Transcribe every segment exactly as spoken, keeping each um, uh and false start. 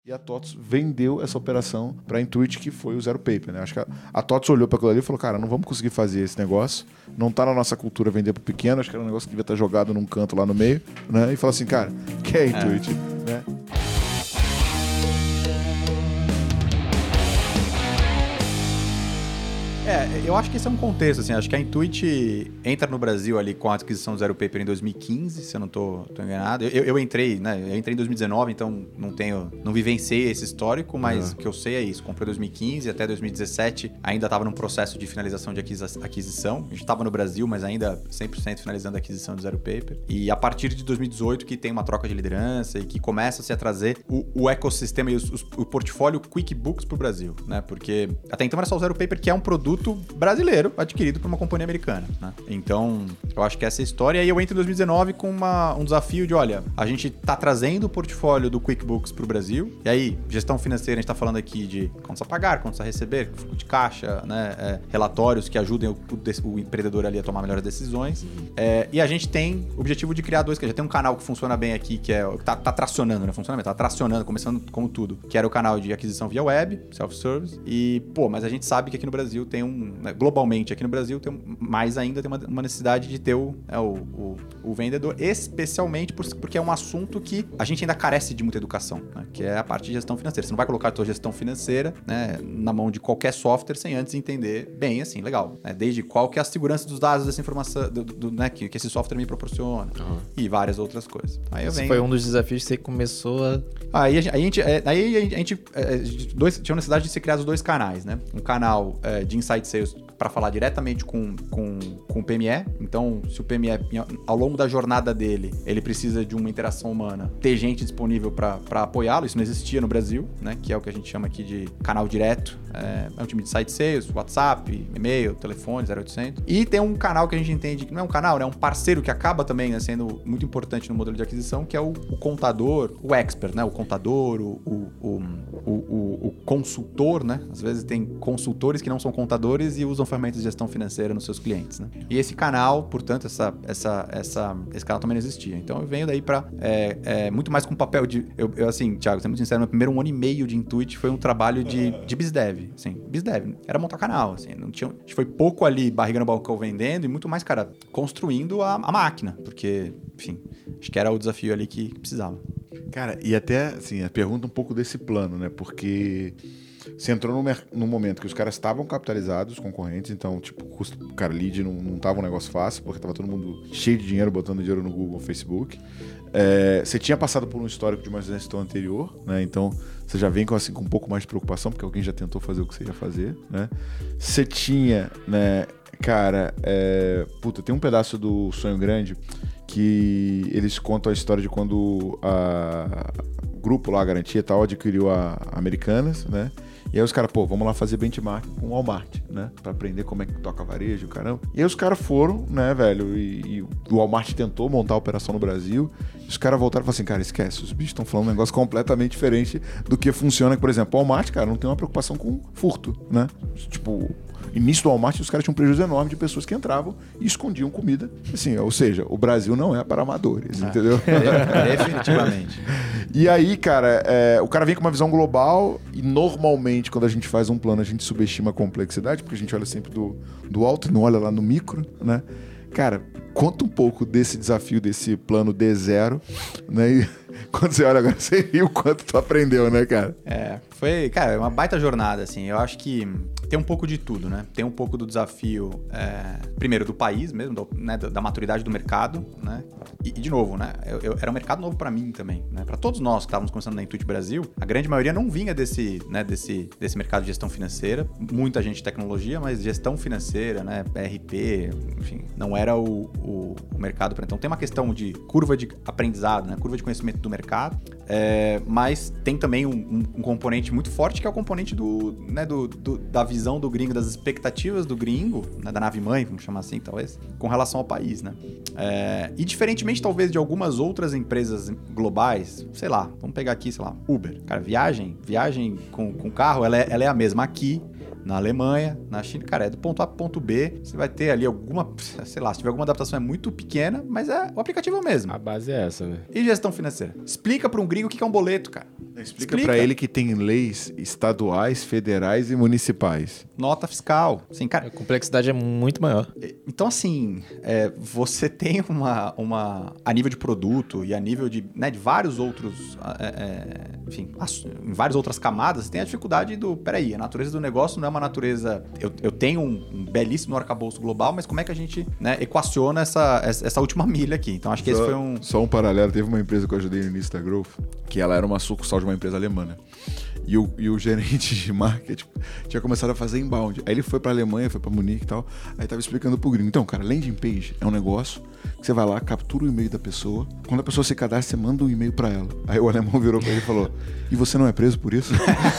E a TOTOS vendeu essa operação para a Intuit, que foi o Zero Paper, né? Acho que a, a TOTOS olhou para aquilo ali e falou, cara, não vamos conseguir fazer esse negócio, não está na nossa cultura vender para o pequeno, acho que era um negócio que devia estar jogado num canto lá no meio, né? E falou assim, cara, que é a Intuit, é. né? É, eu acho que esse é um contexto, assim, acho que a Intuit entra no Brasil ali com a aquisição do Zero Paper em dois mil e quinze, se eu não tô, tô enganado. Eu, eu entrei, né, eu entrei em dois mil e dezenove, então não tenho, não vivenciei esse histórico, mas uhum. o que eu sei é isso, comprei em dois mil e quinze, até dois mil e dezessete ainda estava num processo de finalização de aquisição, a gente estava no Brasil, mas ainda cem por cento finalizando a aquisição do Zero Paper, e a partir de dois mil e dezoito que tem uma troca de liderança e que começa-se a trazer o, o ecossistema e os, os, o portfólio QuickBooks para o Brasil, né, porque até então era só o Zero Paper, que é um produto brasileiro adquirido por uma companhia americana, né? Então, eu acho que essa é a história. E aí eu entro em dois mil e dezenove com uma, um desafio de, olha, a gente tá trazendo o portfólio do QuickBooks pro Brasil. E aí, gestão financeira, a gente tá falando aqui de contas a pagar, contas a receber, fluxo de caixa, né? É, relatórios que ajudem o, o, o empreendedor ali a tomar melhores decisões. É, e a gente tem o objetivo de criar dois, que já tem um canal que funciona bem aqui, que é tá, tá tracionando, né? Funciona bem, tá tracionando, começando como tudo, que era o canal de aquisição via web, self-service. E, pô, mas a gente sabe que aqui no Brasil tem um Né, globalmente aqui no Brasil, tem mais ainda tem uma, uma necessidade de ter o, é, o, o, o vendedor, especialmente por, porque é um assunto que a gente ainda carece de muita educação, né, que é a parte de gestão financeira. Você não vai colocar a tua gestão financeira, né, na mão de qualquer software sem antes entender bem, assim, legal, né, desde qual que é a segurança dos dados dessa informação, do, do, né, que, que esse software me proporciona, uhum. e várias outras coisas. Aí eu Esse venho... foi um dos desafios que você começou a... Aí a gente, aí a gente, é, aí a gente é, dois, tinha a necessidade de ser criados dois canais, né? Um canal é, de Inside Sales para falar diretamente com, com, com o P M E. Então, se o P M E, ao longo da jornada dele, ele precisa de uma interação humana, ter gente disponível para apoiá-lo. Isso não existia no Brasil, né? Que é o que a gente chama aqui de canal direto. É, é um time de Inside Sales, WhatsApp, e-mail, telefone, zero oitocentos. E tem um canal que a gente entende que não é um canal, né? É um parceiro que acaba também, né, sendo muito importante no modelo de aquisição, que é o, o contador, o expert, né? O contador, o, o, o, o, o consultor, né? Às vezes tem consultores que não são contadores e usam ferramentas de gestão financeira nos seus clientes, né? E esse canal, portanto, essa, essa, essa, esse canal também não existia. Então eu venho daí para é, é, muito mais com papel de... Eu, eu assim, Thiago, sendo muito sincero, meu primeiro um ano e meio de Intuit foi um trabalho de, de BizDev, assim, BizDev. Era montar canal, assim, não tinha... A gente foi pouco ali, barriga no balcão vendendo e muito mais, cara, construindo a, a máquina, porque, enfim, acho que era o desafio ali que, que precisava. Cara, e até, assim, a pergunta um pouco desse plano, né? Porque você entrou num, num momento que os caras estavam capitalizados, os concorrentes, então, tipo, o cara, lead não, não tava um negócio fácil, porque tava todo mundo cheio de dinheiro, botando dinheiro no Google, Facebook. É, você tinha passado por um histórico de uma gestão anterior, né? Então, você já vem com, assim, com um pouco mais de preocupação, porque alguém já tentou fazer o que você ia fazer, né? Você tinha, né, cara, é, puta, tem um pedaço do Sonho Grande que eles contam a história de quando a, o grupo lá, a Garantia e tal, adquiriu a Americanas, né? E aí os caras, pô, vamos lá fazer benchmark com o Walmart, né? Pra aprender como é que toca varejo, caramba. E aí os caras foram, né, velho? E, e o Walmart tentou montar a operação no Brasil. E os caras voltaram e falaram assim, cara, esquece, os bichos estão falando um negócio completamente diferente do que funciona. Por exemplo, o Walmart, cara, não tem uma preocupação com furto, né? Tipo... Início do Walmart, os caras tinham um prejuízo enorme de pessoas que entravam e escondiam comida. Assim, ou seja, o Brasil não é para amadores, ah, entendeu? Definitivamente. E aí, cara, é, o cara vem com uma visão global e normalmente quando a gente faz um plano a gente subestima a complexidade, porque a gente olha sempre do, do alto e não olha lá no micro, né? Cara, conta um pouco desse desafio, desse plano D zero, né? E quando você olha agora, você viu o quanto tu aprendeu, né, cara? É, foi, cara, uma baita jornada, assim. Eu acho que tem um pouco de tudo, né? Tem um pouco do desafio, é, primeiro, do país mesmo, do, né, da maturidade do mercado, né? E, e de novo, né? Eu, eu, era um mercado novo para mim também, né? Para todos nós que estávamos começando na Intuit Brasil, a grande maioria não vinha desse, né, desse, desse mercado de gestão financeira. Muita gente de tecnologia, mas gestão financeira, né? R P, enfim, não era o, o, o mercado para. Então tem uma questão de curva de aprendizado, né? Curva de conhecimento do mercado, é, mas tem também um, um, um componente muito forte que é o componente do, né, do, do, da visão do gringo, das expectativas do gringo, né, da nave-mãe, vamos chamar assim, talvez, com relação ao país, né? É, e diferentemente, talvez, de algumas outras empresas globais, sei lá, vamos pegar aqui, sei lá, Uber. Cara, viagem, viagem com, com carro, ela é, ela é a mesma aqui, na Alemanha, na China, cara, é do ponto A para ponto B, você vai ter ali alguma, sei lá, se tiver alguma adaptação é muito pequena, mas é, o aplicativo é o mesmo. A base é essa, né? E gestão financeira? Explica para um gringo o que é um boleto, cara. Explica, Explica. pra ele que tem leis estaduais, federais e municipais. Nota fiscal. Assim, cara, A complexidade é muito maior. então, assim, é, você tem uma, uma... A nível de produto e a nível de, né, de vários outros... É, é, enfim, as- em várias outras camadas, tem a dificuldade do... Peraí, a natureza do negócio não é uma natureza... Eu, eu tenho um, um belíssimo arcabouço global, mas como é que a gente, né, equaciona essa, essa, essa última milha aqui? Então, acho que esse Só- foi um... Só um paralelo, teve uma empresa que eu ajudei no início da Growth, que ela era uma sucursal de uma empresa alemã, né? E o, e o gerente de marketing tinha começado a fazer inbound. Aí ele foi pra Alemanha, foi pra Munique e tal. Aí tava explicando pro gringo. Então, cara, landing page é um negócio que você vai lá, captura o e-mail da pessoa. Quando a pessoa se cadastra, você manda um e-mail pra ela. Aí o alemão virou pra ele e falou: e você não é preso por isso?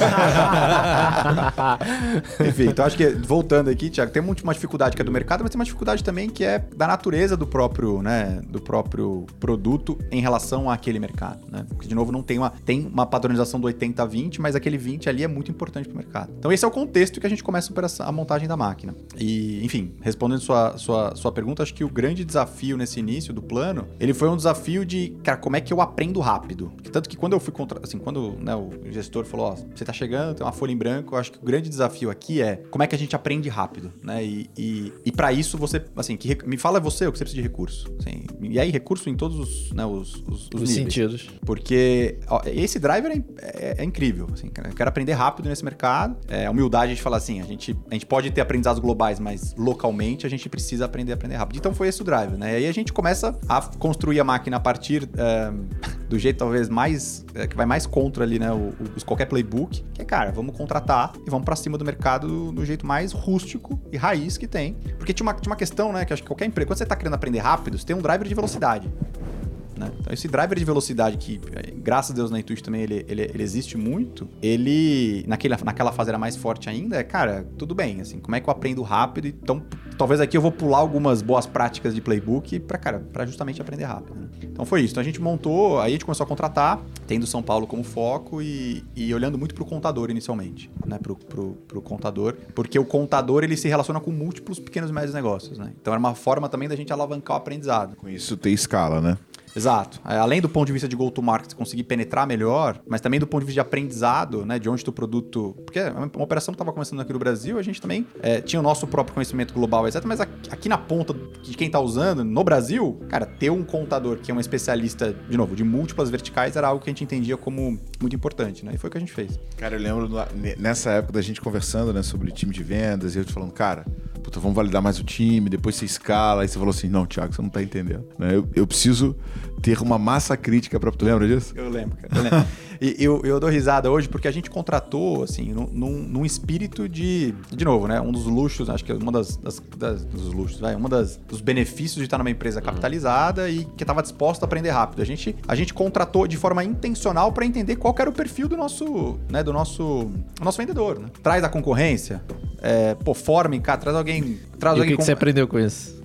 Enfim, então acho que, voltando aqui, Thiago, tem muito uma dificuldade que é do mercado, mas tem uma dificuldade também que é da natureza do próprio, né, do próprio produto em relação àquele mercado, né? Porque, de novo, não tem uma, tem uma padronização do oitenta a vinte, mas aquele vinte ali é muito importante para o mercado. Então esse é o contexto que a gente começa a operação- a montagem da máquina. E, enfim, respondendo sua, sua, sua pergunta, acho que o grande desafio nesse início do plano, ele foi um desafio de, cara, como é que eu aprendo rápido? Tanto que quando eu fui contra, assim, quando, né, o gestor falou, ó, você tá chegando, tem uma folha em branco, eu acho que o grande desafio aqui é como é que a gente aprende rápido, né? E, e, e para isso você, assim, que, rec- me fala você o que você precisa de recurso. Assim, e aí, recurso em todos os, né, os, os, os Os níveis. sentidos. Porque ó, esse driver é, é- é incrível. Assim, cara. Eu quero aprender rápido nesse mercado. É, a humildade, a gente fala assim, a gente, a gente pode ter aprendizados globais, mas localmente a gente precisa aprender a aprender rápido. Então foi esse o driver, né? E aí a gente começa a construir a máquina a partir é, do jeito talvez mais, é, que vai mais contra ali, né, o, o- qualquer playbook, que é, cara, vamos contratar e vamos pra cima do mercado do, do jeito mais rústico e raiz que tem. Porque tinha uma, tinha uma questão, né, que acho que qualquer empresa, quando você tá querendo aprender rápido, você tem um driver de velocidade. Né? Então, esse driver de velocidade que, graças a Deus, na Intuit também ele, ele, ele existe muito, ele, naquele, naquela fase era mais forte ainda, é, cara, tudo bem, assim, como é que eu aprendo rápido? Então, talvez aqui eu vou pular algumas boas práticas de playbook pra, cara, pra justamente aprender rápido. Né? Então, foi isso. Então, a gente montou, aí a gente começou a contratar, tendo São Paulo como foco e, e olhando muito pro contador inicialmente, né? Pro, pro, pro contador, porque o contador, ele se relaciona com múltiplos pequenos e médios negócios, né? Então, era uma forma também da gente alavancar o aprendizado. Com isso ter escala, né? Exato. É, além do ponto de vista de go-to-market, conseguir penetrar melhor, mas também do ponto de vista de aprendizado, né, de onde teu produto... Porque é uma uma operação que estava começando aqui no Brasil, a gente também é, tinha o nosso próprio conhecimento global, etcétera. Mas aqui, aqui na ponta de quem está usando, no Brasil, cara, ter um contador que é um especialista, de novo, de múltiplas verticais, era algo que a gente entendia como muito importante, né? E foi o que a gente fez. Cara, eu lembro lá- ne- nessa época da gente conversando, né, sobre time de vendas, e eu te falando, cara, puta, vamos validar mais o time, depois você escala, aí você falou assim, não, Thiago, você não tá entendendo. Né? Eu, eu preciso ter uma massa crítica pra... Tu lembra disso? Eu lembro, cara. Eu lembro. E eu, eu dou risada hoje porque a gente contratou, assim, num, num, num espírito de... De novo, né? Um dos luxos, acho que é uma das... das, das dos luxos, vai. Uma das, dos benefícios de estar numa empresa capitalizada e que estava disposta a aprender rápido. A gente, a gente contratou de forma intencional para entender qual que era o perfil do nosso, né? Do nosso, do nosso vendedor, né? Traz a concorrência, é, pô, forma em cá, traz alguém... Traz E o alguém que, que com- você aprendeu com isso?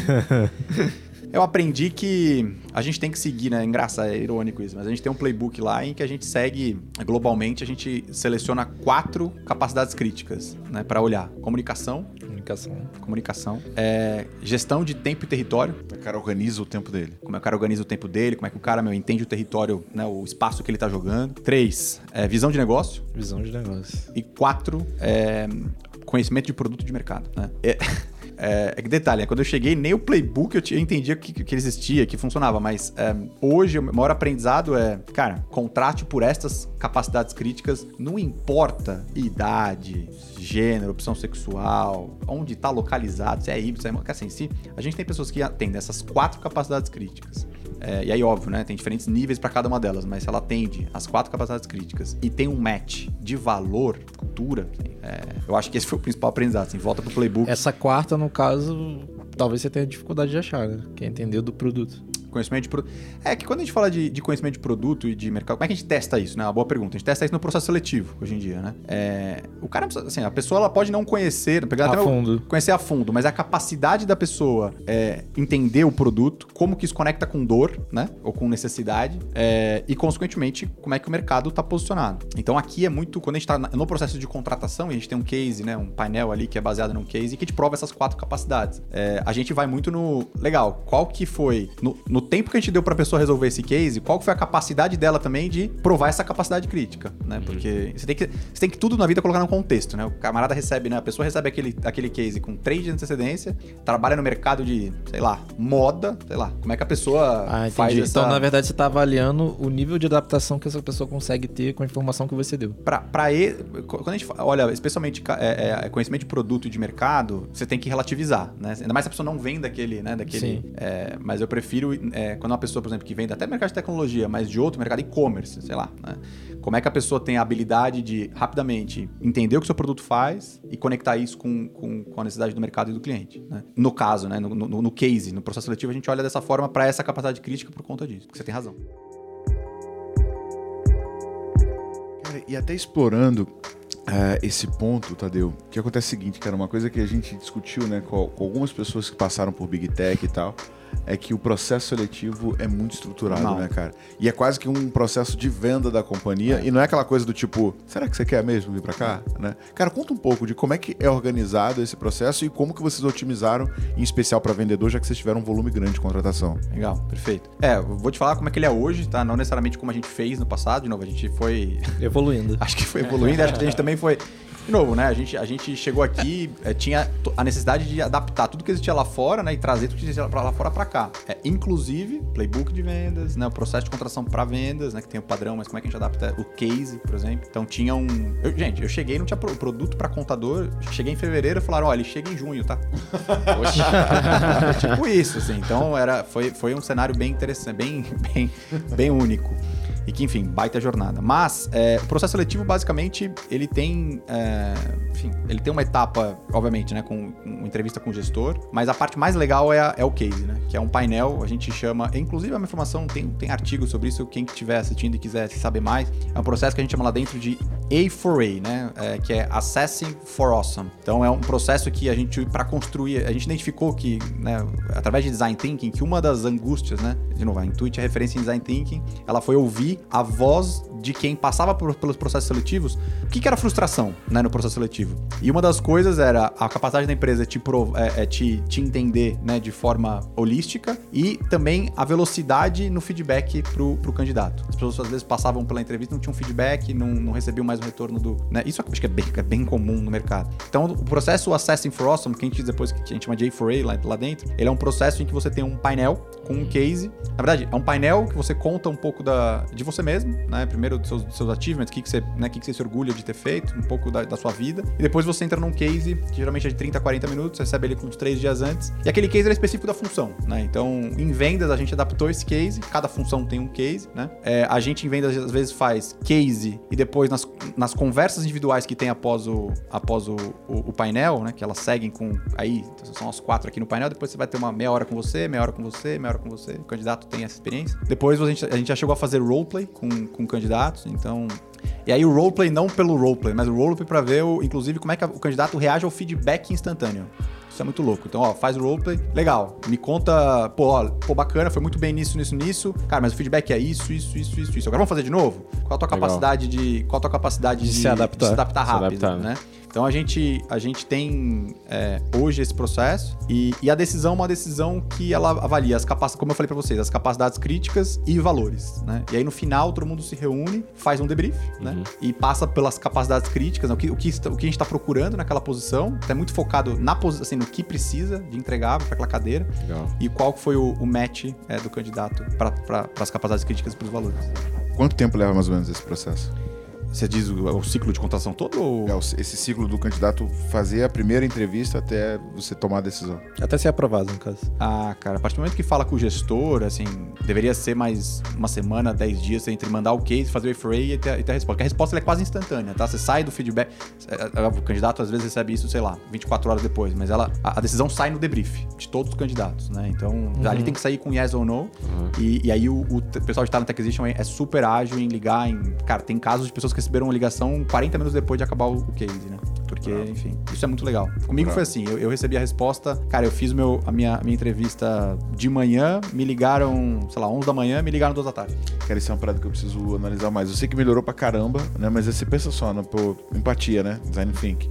Eu aprendi que a gente tem que seguir, né? Engraçado, é irônico isso, mas a gente tem um playbook lá em que a gente segue globalmente, a gente seleciona quatro capacidades críticas, né? Para olhar. Comunicação, Comunicação. comunicação, é, gestão de tempo e território, O cara organiza o tempo dele. como é que o cara organiza o tempo dele, como é que o cara, meu, entende o território, né? O espaço que ele tá jogando. Três, é, visão de negócio. Visão de negócio. E quatro, é, conhecimento de produto de mercado, né? É, é, é que detalhe, né? Quando eu cheguei, nem o playbook eu, tinha, eu entendia que, que ele existia, que funcionava, mas é, hoje o maior aprendizado é, cara, contrate por estas capacidades críticas, não importa idade, gênero, opção sexual, onde está localizado, se é híbrido, se é... Assim, se a gente tem pessoas que atendem essas quatro capacidades críticas, é, e aí, óbvio, né? Tem diferentes níveis para cada uma delas, mas se ela atende as quatro capacidades críticas e tem um match de valor, cultura, assim, é, eu acho que esse foi o principal aprendizado. Assim, volta pro playbook. Essa quarta, no caso, talvez você tenha dificuldade de achar, né? Que é entender do produto. Conhecimento de produto. É que quando a gente fala de, de conhecimento de produto e de mercado, como é que a gente testa isso, né? Uma boa pergunta. A gente testa isso no processo seletivo, hoje em dia, né? É, o cara, assim, a pessoa ela pode não conhecer, pegar A até no- fundo. conhecer a fundo, mas a capacidade da pessoa é, entender o produto, como que isso conecta com dor, né? Ou com necessidade, é, e, consequentemente, como é que o mercado está posicionado. Então, aqui é muito... Quando a gente está no processo de contratação, e a gente tem um case, né? Um painel ali que é baseado num case, e que a gente prova essas quatro capacidades. É, a gente vai muito no... Legal, qual que foi... No, no tempo que a gente deu pra pessoa resolver esse case, qual foi a capacidade dela também de provar essa capacidade crítica, né? Uhum. Porque você tem, que, você tem que tudo na vida colocar num contexto, né? O camarada recebe, né? A pessoa recebe aquele, aquele case com três dias de antecedência, trabalha no mercado de, sei lá, moda, sei lá. Como é que a pessoa ah, faz essa... Então, na verdade, você tá avaliando o nível de adaptação que essa pessoa consegue ter com a informação que você deu. Pra, pra ele, quando a gente fala, olha, especialmente é, é, conhecimento de produto e de mercado, você tem que relativizar, né? Ainda mais se a pessoa não vem daquele, né? Daquele, é, mas eu prefiro, é, quando uma pessoa, por exemplo, que vem até mercado de tecnologia, mas de outro mercado e-commerce, sei lá, né? Como é que a pessoa tem a habilidade de, rapidamente, entender o que o seu produto faz e conectar isso com, com, com a necessidade do mercado e do cliente, né? No caso, né? No, no, no case, no processo seletivo, a gente olha dessa forma para essa capacidade crítica por conta disso, porque você tem razão. Cara, e até explorando uh, esse ponto, Tadeu, o que acontece é o seguinte, cara, uma coisa que a gente discutiu, né, com, com algumas pessoas que passaram por Big Tech e tal, é que o processo seletivo é muito estruturado, não. né, cara? E é quase que um processo de venda da companhia, é. e não é aquela coisa do tipo, será que você quer mesmo vir pra cá? É. Né? Cara, conta um pouco de como é que é organizado esse processo e como que vocês otimizaram, em especial para vendedor, já que vocês tiveram um volume grande de contratação. Legal, perfeito. É, eu vou te falar como é que ele é hoje, tá? Não necessariamente como a gente fez no passado, de novo, a gente foi... Evoluindo. Acho que foi evoluindo, acho que a gente também foi... De novo, né? A gente, a gente chegou aqui, é, tinha a necessidade de adaptar tudo que existia lá fora, né? E trazer tudo que existia lá fora para cá. É, inclusive, playbook de vendas, né? O processo de contratação para vendas, né? Que tem o padrão, mas como é que a gente adapta o case, por exemplo. Então tinha um... Eu, gente, eu cheguei, não tinha pro, produto para contador. Cheguei em fevereiro e falaram, olha, ele chega em junho, tá? Tipo isso, assim. Então era, foi, foi um cenário bem interessante, bem, bem, bem único. E que, enfim, baita jornada. Mas é, o processo seletivo, basicamente, ele tem... É, enfim, ele tem uma etapa, obviamente, né? Com, com uma entrevista com o gestor. Mas a parte mais legal é, a, é o case, né? Que é um painel, a gente chama... Inclusive, a minha informação tem, tem artigo sobre isso. Quem estiver assistindo e quiser saber mais. É um processo que a gente chama lá dentro de A quatro A, né? É, que é Assessing for Awesome. Então, é um processo que a gente, para construir... A gente identificou que, né? Através de Design Thinking, que uma das angústias, né? De novo, a Intuit é referência em Design Thinking. Ela foi ouvir a voz de quem passava por, pelos processos seletivos, o que, que era frustração, né, no processo seletivo. E uma das coisas era a capacidade da empresa te, prov- é, é te, te entender, né, de forma holística e também a velocidade no feedback pro, pro candidato. As pessoas às vezes passavam pela entrevista, não tinham feedback, não, não recebiam mais o retorno do... Né? Isso acho que é bem, é bem comum no mercado. Então, o processo Assessing for Awesome, que a gente depois que a gente chama de A quatro A lá, lá dentro, ele é um processo em que você tem um painel com um case. Na verdade, é um painel que você conta um pouco da, de você mesmo, né? Primeiro dos seus, dos seus achievements, o que, que, você, né? que, que você se orgulha de ter feito, um pouco da, da sua vida. E depois você entra num case, que geralmente é de trinta a quarenta minutos, você recebe ele com uns três dias antes. E aquele case é específico da função, né? Então, em vendas, a gente adaptou esse case, cada função tem um case, né? É, a gente em vendas, às vezes, faz case e depois nas, nas conversas individuais que tem após o, após o, o, o painel, né? Que elas seguem com... Aí, são as quatro aqui no painel, depois você vai ter uma meia hora com você, meia hora com você, meia hora com você. O candidato tem essa experiência. Depois a gente, a gente já chegou a fazer roleplay com, com candidatos, então... E aí o roleplay não pelo roleplay, mas o roleplay para ver, o, inclusive, como é que o candidato reage ao feedback instantâneo. Isso é muito louco. Então, ó, faz o roleplay, legal. Me conta, pô, ó, pô, bacana, foi muito bem nisso, nisso, nisso. Cara, mas o feedback é isso, isso, isso, isso, isso. Agora vamos fazer de novo? Qual a tua legal. capacidade de... Qual a tua capacidade de, de, se, adaptar. de se adaptar rápido, se adaptar, né? Então, a gente, a gente tem é, hoje esse processo e, e a decisão é uma decisão que ela avalia, as capac... como eu falei para vocês, as capacidades críticas e valores, né? E aí, no final, todo mundo se reúne, faz um debrief, uhum. né? E passa pelas capacidades críticas, né? o, que, o, que, o que a gente está procurando naquela posição, é muito focado na posição, assim, no que precisa de entregável para aquela cadeira. Legal. E qual foi o, o match é, do candidato para pra, as capacidades críticas e para os valores. Quanto tempo leva mais ou menos esse processo? Você diz o, o ciclo de contratação todo? Ou... É, esse ciclo do candidato fazer a primeira entrevista até você tomar a decisão. Até ser aprovado, no caso. Ah, cara, a partir do momento que fala com o gestor, assim, deveria ser mais uma semana, dez dias entre mandar o case, fazer o A quatro A e ter, e ter a resposta. Porque a resposta ela é quase instantânea, tá? Você sai do feedback, o candidato às vezes recebe isso, sei lá, vinte e quatro horas depois, mas ela, a, a decisão sai no debrief de todos os candidatos, né? Então, uhum. ali tem que sair com yes ou no. Uhum. E, e aí o, o pessoal de Talent Acquisition é, é super ágil em ligar em... Cara, tem casos de pessoas que receberam uma ligação quarenta minutos depois de acabar o, o case, né? Porque, Bravo. enfim, isso é muito legal. Comigo Bravo. foi assim, eu, eu recebi a resposta, cara, eu fiz meu, a minha, minha entrevista de manhã, me ligaram, sei lá, onze da manhã, me ligaram duas da tarde. Cara, isso é uma parada que eu preciso analisar mais. Eu sei que melhorou pra caramba, né? Mas você pensa só, né? Pô, empatia, né? Design Thinking.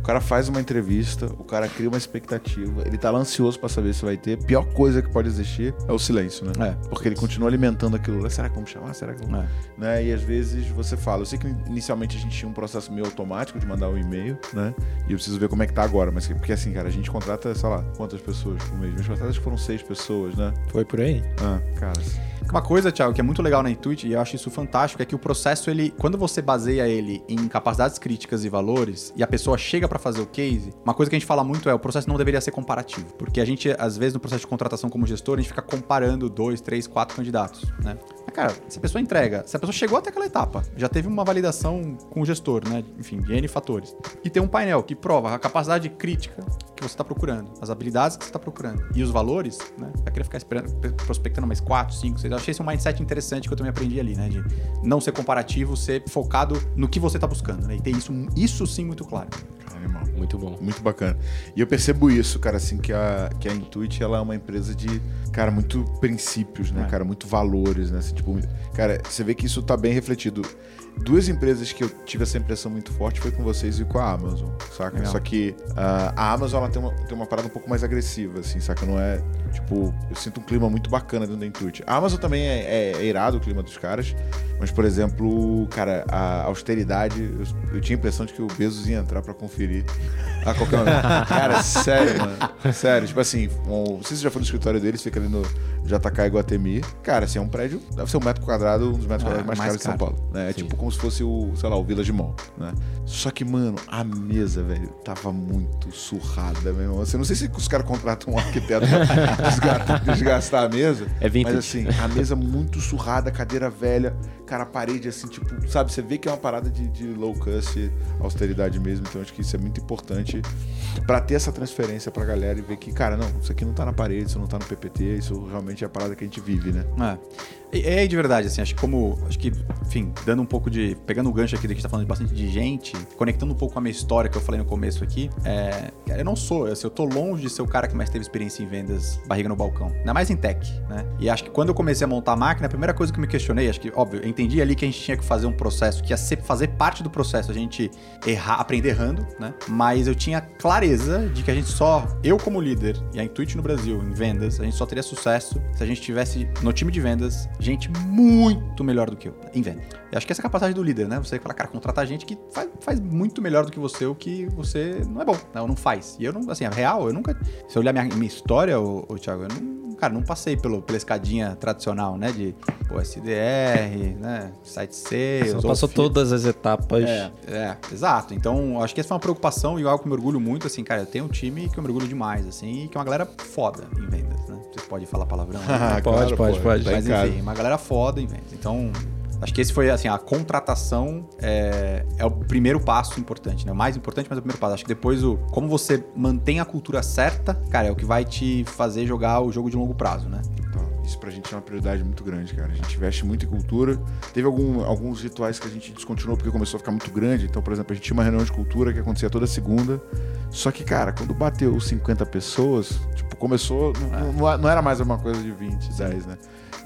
O cara faz uma entrevista, o cara cria uma expectativa, ele tá lá ansioso pra saber se vai ter. A pior coisa que pode existir é o silêncio, né? É. Porque ele continua alimentando aquilo. Será que vamos chamar? Será que vamos... É. Né? E às vezes você fala, eu sei que inicialmente a gente tinha um processo meio automático de mandar um e-mail, né? E eu preciso ver como é que tá agora. Mas porque assim, cara, a gente contrata, sei lá, quantas pessoas por mês? Minhas contratadas foram seis pessoas, né? Foi por aí? Ah, cara... Uma coisa, Thiago, que é muito legal na Intuit, e eu acho isso fantástico, é que o processo, ele, quando você baseia ele em capacidades críticas e valores, e a pessoa chega pra fazer o case, uma coisa que a gente fala muito é, o processo não deveria ser comparativo. Porque a gente, às vezes, no processo de contratação como gestor, a gente fica comparando dois, três, quatro candidatos, né? Mas, cara, se a pessoa entrega, se a pessoa chegou até aquela etapa, já teve uma validação com o gestor, né? Enfim, de N fatores. E tem um painel que prova a capacidade crítica que você está procurando, as habilidades que você está procurando e os valores, né? Vai querer ficar esperando, prospectando mais quatro, cinco, seis. Eu achei esse um mindset interessante que eu também aprendi ali, né? De não ser comparativo, ser focado no que você está buscando, né? E ter isso, isso sim muito claro. Animal. Muito bom. Muito bacana. E eu percebo isso, cara, assim, que a, que a Intuit, ela é uma empresa de, cara, muito princípios, né, é. cara, muito valores, né, assim, tipo, cara, você vê que isso tá bem refletido. Duas empresas que eu tive essa impressão muito forte foi com vocês e com a Amazon, saca? Legal. Só que uh, a Amazon, ela tem uma, tem uma parada um pouco mais agressiva, assim, saca? Não é, tipo, eu sinto um clima muito bacana dentro da Intuit. A Amazon também é, é, é irado o clima dos caras, mas, por exemplo, cara, a austeridade, eu, eu tinha a impressão de que o Bezos ia entrar pra conferir a qualquer momento. Cara, sério, mano. Sério, tipo assim, um, não sei se você já foi no escritório deles, fica ali no J K Iguatemi. Cara, assim, é um prédio, deve ser um metro quadrado, um dos metros Ah, quadrados mais, mais caros de São caro. Paulo. Né? É Sim. tipo como se fosse o, sei lá, o Village Mall, né? Só que, mano, a mesa, velho, tava muito surrada, meu irmão. Assim, não sei se os caras contratam um arquiteto pra desgastar, desgastar a mesa. É vintage. Mas assim, a mesa muito surrada, cadeira velha, cara, a parede assim, tipo, sabe, você vê que é uma parada de, de low cost, austeridade mesmo, então acho que isso é muito importante pra ter essa transferência pra galera e ver que, cara, não, isso aqui não tá na parede, isso não tá no P P T, isso realmente é a parada que a gente vive, né? É. E é de verdade, assim, acho que como, acho que, enfim, dando um pouco de, pegando o gancho aqui que a gente tá falando bastante de gente, conectando um pouco com a minha história que eu falei no começo aqui, é, eu não sou, assim, eu tô longe de ser o cara que mais teve experiência em vendas, barriga no balcão, ainda mais em tech, né? E acho que quando eu comecei a montar a máquina, a primeira coisa que eu me questionei, acho que, óbvio, eu entendi ali que a gente tinha que fazer um processo, que ia ser, fazer parte do processo, a gente errar, aprender errando, né? Mas eu tinha clareza de que a gente só, eu como líder e a Intuit no Brasil, em vendas, a gente só teria sucesso se a gente tivesse no time de vendas gente muito melhor do que eu em venda. Eu acho que essa é a capacidade do líder, né? Você fala, cara, contratar gente que faz, faz muito melhor do que você o que você não é bom, né? Ou não faz. E eu não, assim, é real, eu nunca... Se eu olhar minha, minha história, ô, ô, Thiago, eu não... Cara, não passei pelo, pela escadinha tradicional, né? De, pô, S D R, né? Site sales... Você passou ou- todas as etapas. É, é, exato. Então, acho que essa foi uma preocupação e algo que eu me orgulho muito, assim, cara, eu tenho um time que eu me orgulho demais, assim, e que é uma galera foda em vendas, né? Você pode falar palavrão, né? Ah, Pode, pode, pô, pode. tá em Mas casa. enfim, uma galera foda em vendas. Então, acho que esse foi, assim, a contratação é, é o primeiro passo importante, né? O mais importante, mas é o primeiro passo. Acho que depois, o como você mantém a cultura certa, cara, é o que vai te fazer jogar o jogo de longo prazo, né? Então, isso pra gente é uma prioridade muito grande, cara. A gente investe muito em cultura. Teve algum, alguns rituais que a gente descontinuou porque começou a ficar muito grande. Então, por exemplo, a gente tinha uma reunião de cultura que acontecia toda segunda. Só que, cara, quando bateu cinquenta pessoas, tipo, começou... Não, não, não era mais uma coisa de vinte, dez, né?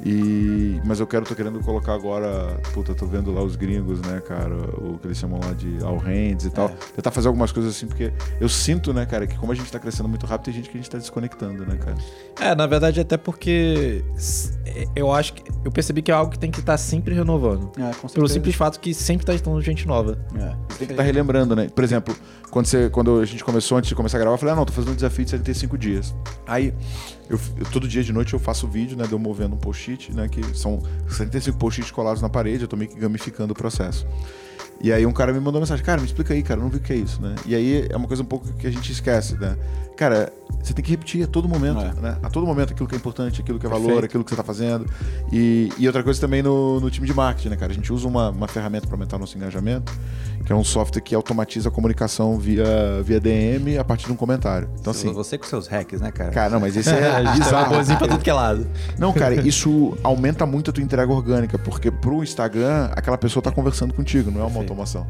E, mas eu quero, tô querendo colocar agora, puta, tô vendo lá os gringos, né, cara, o que eles chamam lá de all hands e tal, É. tentar fazer algumas coisas assim, porque eu sinto, né, cara, que como a gente tá crescendo muito rápido, tem gente que a gente tá desconectando, né, cara? É, na verdade, até porque s- eu acho que eu percebi que é algo que tem que estar sempre renovando. É, com Pelo simples fato que sempre tá estando gente nova. É. Você tem que estar relembrando, né? Por exemplo, quando, você, quando a gente começou, antes de começar a gravar, eu falei, ah, não, tô fazendo um desafio de setenta e cinco dias. Aí, eu, eu- todo dia de noite eu faço vídeo, né, de eu movendo um post-it, né, que são setenta e cinco post-its colados na parede, eu tô meio que gamificando o processo. E aí um cara me mandou uma mensagem, cara, me explica aí, cara, eu não vi o que é isso, né? E aí é uma coisa um pouco que a gente esquece, né? Cara, você tem que repetir a todo momento, É. né? A todo momento aquilo que é importante, aquilo que é valor, Perfeito. aquilo que você tá fazendo. E, e outra coisa também no, no time de marketing, né, cara? A gente usa uma, uma ferramenta para aumentar o nosso engajamento, que é um software que automatiza a comunicação via, via D M a partir de um comentário. Então, assim, Você com seus hacks, né, cara? cara, não, mas esse a é gente tem um bizarro. robôzinho pra tudo que é lado. Não, cara, isso aumenta muito a tua entrega orgânica, porque pro Instagram, aquela pessoa tá conversando contigo, não é uma Perfeito. automação.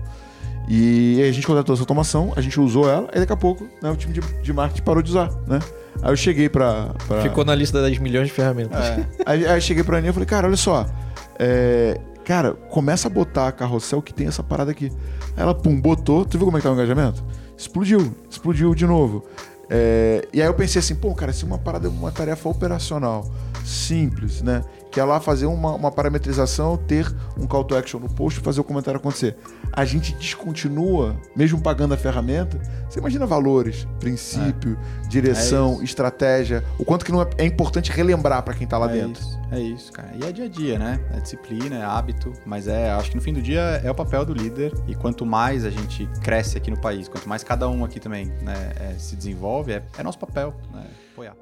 E aí a gente contratou essa automação, a gente usou ela, e daqui a pouco, né, o time de, de marketing parou de usar, né? Aí eu cheguei pra... pra... Ficou na lista das milhões de ferramentas. É. Aí, aí eu cheguei pra Aninha e falei, cara, olha só, é, cara, começa a botar a carrossel que tem essa parada aqui. Aí ela, pum, botou. Tu viu como é que tá o engajamento? Explodiu, explodiu de novo. É, e aí eu pensei assim, pô, cara, se uma parada, uma tarefa operacional simples, né? Que é lá fazer uma, uma parametrização, ter um call to action no post e fazer o comentário acontecer. A gente descontinua, mesmo pagando a ferramenta. Você imagina valores, princípio, é. direção, é estratégia, o quanto que não é, é importante relembrar para quem tá lá é dentro. Isso, é isso, cara. E é dia a dia, né? É disciplina, é hábito, mas é, acho que no fim do dia é o papel do líder. E quanto mais a gente cresce aqui no país, quanto mais cada um aqui também, né, é, se desenvolve, é, é nosso papel, né, apoiar.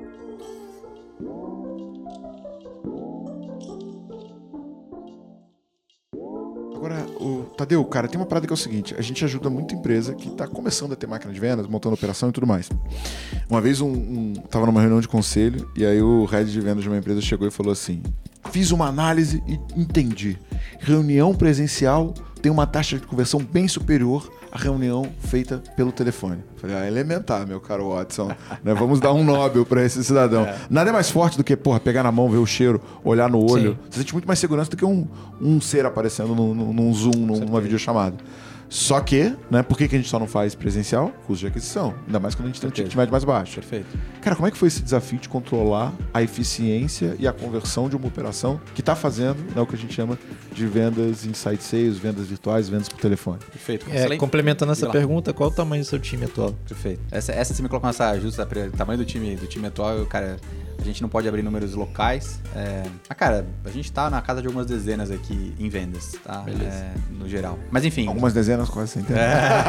Agora, o Tadeu, cara, tem uma parada que é o seguinte, a gente ajuda muita empresa que está começando a ter máquina de vendas, montando operação e tudo mais. Uma vez um, um tava numa reunião de conselho e aí o head de vendas de uma empresa chegou e falou assim, fiz uma análise e entendi. Reunião presencial tem uma taxa de conversão bem superior à reunião feita pelo telefone. Falei, ah, elementar, meu caro Watson. Né? Vamos dar um Nobel para esse cidadão. É. Nada é mais forte do que, porra, pegar na mão, ver o cheiro, olhar no olho. Sim. Você sente muito mais segurança do que um, um ser aparecendo num, num Zoom, numa Certeza. videochamada. Só que, né, por que que a gente só não faz presencial? Custo de aquisição. Ainda mais quando a gente tem um ticket médio mais baixo. Perfeito. Cara, como é que foi esse desafio de controlar a eficiência e a conversão de uma operação que está fazendo, né, o que a gente chama de vendas inside sales, vendas virtuais, vendas por telefone? Perfeito. É, complementando essa pergunta, qual o tamanho do seu time atual? Perfeito. Essa, essa você me colocou nessa justa, o tamanho do time, do time atual, eu, cara... A gente não pode abrir números locais. É... Ah, cara, a gente tá na casa de algumas dezenas aqui em vendas, tá? É, no geral. Mas enfim. Algumas dezenas, quase centenas.